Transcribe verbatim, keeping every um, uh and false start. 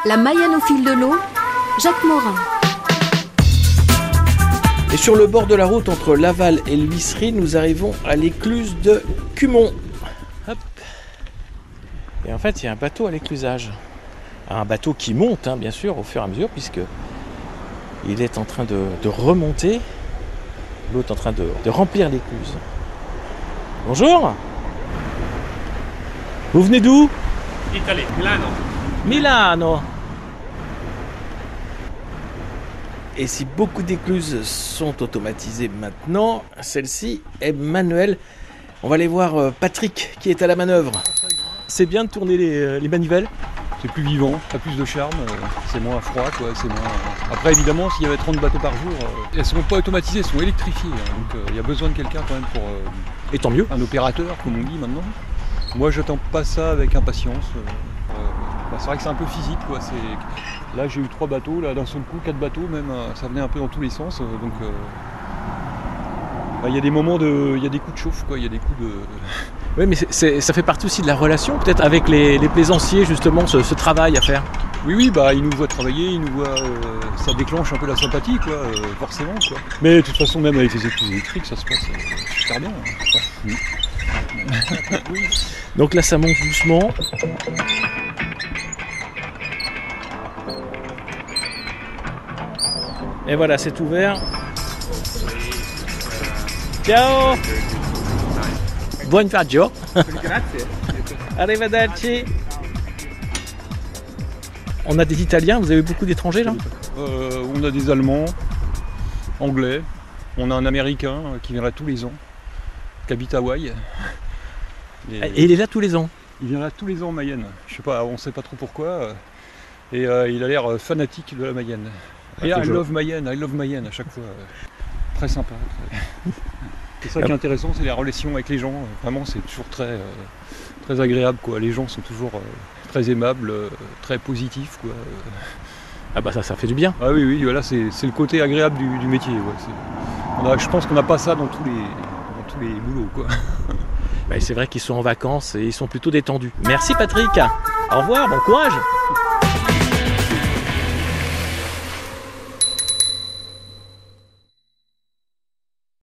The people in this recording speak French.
La Mayenne au fil de l'eau, Jacques Morin. Et sur le bord de la route entre Laval et l'Huisserie, nous arrivons à l'écluse de Cumont. Hop. Et en fait, il y a un bateau à l'éclusage. Un bateau qui monte, hein, bien sûr, au fur et à mesure, puisque il est en train de, de remonter. L'eau est en train de, de remplir l'écluse. Bonjour. Vous venez d'où? Italie, Milano. Milano. Et si beaucoup d'écluses sont automatisées maintenant, celle-ci est manuelle. On va aller voir Patrick qui est à la manœuvre. C'est bien de tourner les, les manivelles? C'est plus vivant, ça a plus de charme, c'est moins froid, quoi, c'est moins... Après évidemment, s'il y avait trente bateaux par jour, elles ne sont pas automatisées, elles sont électrifiées, hein, donc il euh, y a besoin de quelqu'un quand même pour... Euh, Et tant mieux. Un opérateur, comme on dit maintenant. Moi j'attends pas ça avec impatience. Euh, bah, c'est vrai que c'est un peu physique, quoi. C'est... Là j'ai eu trois bateaux, là d'un seul coup, quatre bateaux même, euh, ça venait un peu dans tous les sens, euh, donc... Euh... Bah, y a des moments de... il y a des coups de chauffe, quoi, il y a des coups de... Oui, mais c'est, c'est, ça fait partie aussi de la relation, peut-être, avec les, les plaisanciers, justement, ce, ce travail à faire. Oui, oui, bah, ils nous voient travailler, ils nous voient, euh, ça déclenche un peu la sympathie, quoi, euh, forcément, quoi. Mais de toute façon, même avec les écluses électriques, ça se passe euh, super bien. Hein. Oui. Donc là, ça monte doucement. Et voilà, c'est ouvert. Ciao. Buon viaggio. Arrivederci. On a des Italiens, vous avez beaucoup d'étrangers là? euh, On a des Allemands, Anglais, on a un Américain qui vient là tous les ans, qui habite à Hawaï. Et, Et il est là tous les ans? Il vient là tous les ans en Mayenne, je sais pas, on ne sait pas trop pourquoi. Et euh, il a l'air fanatique de la Mayenne. Et I love Mayenne, I love Mayenne à chaque fois. Très sympa. Très... C'est ça qui est intéressant, c'est les relations avec les gens. Vraiment, c'est toujours très, euh, très agréable, quoi. Les gens sont toujours euh, très aimables, euh, très positifs, quoi. Ah bah ça, ça fait du bien. Ah oui, oui, voilà, c'est, c'est le côté agréable du, du métier. Ouais. C'est, on a, je pense qu'on n'a pas ça dans tous les, dans tous les boulots, quoi. Bah, c'est vrai qu'ils sont en vacances et ils sont plutôt détendus. Merci Patrick. Au revoir, bon courage.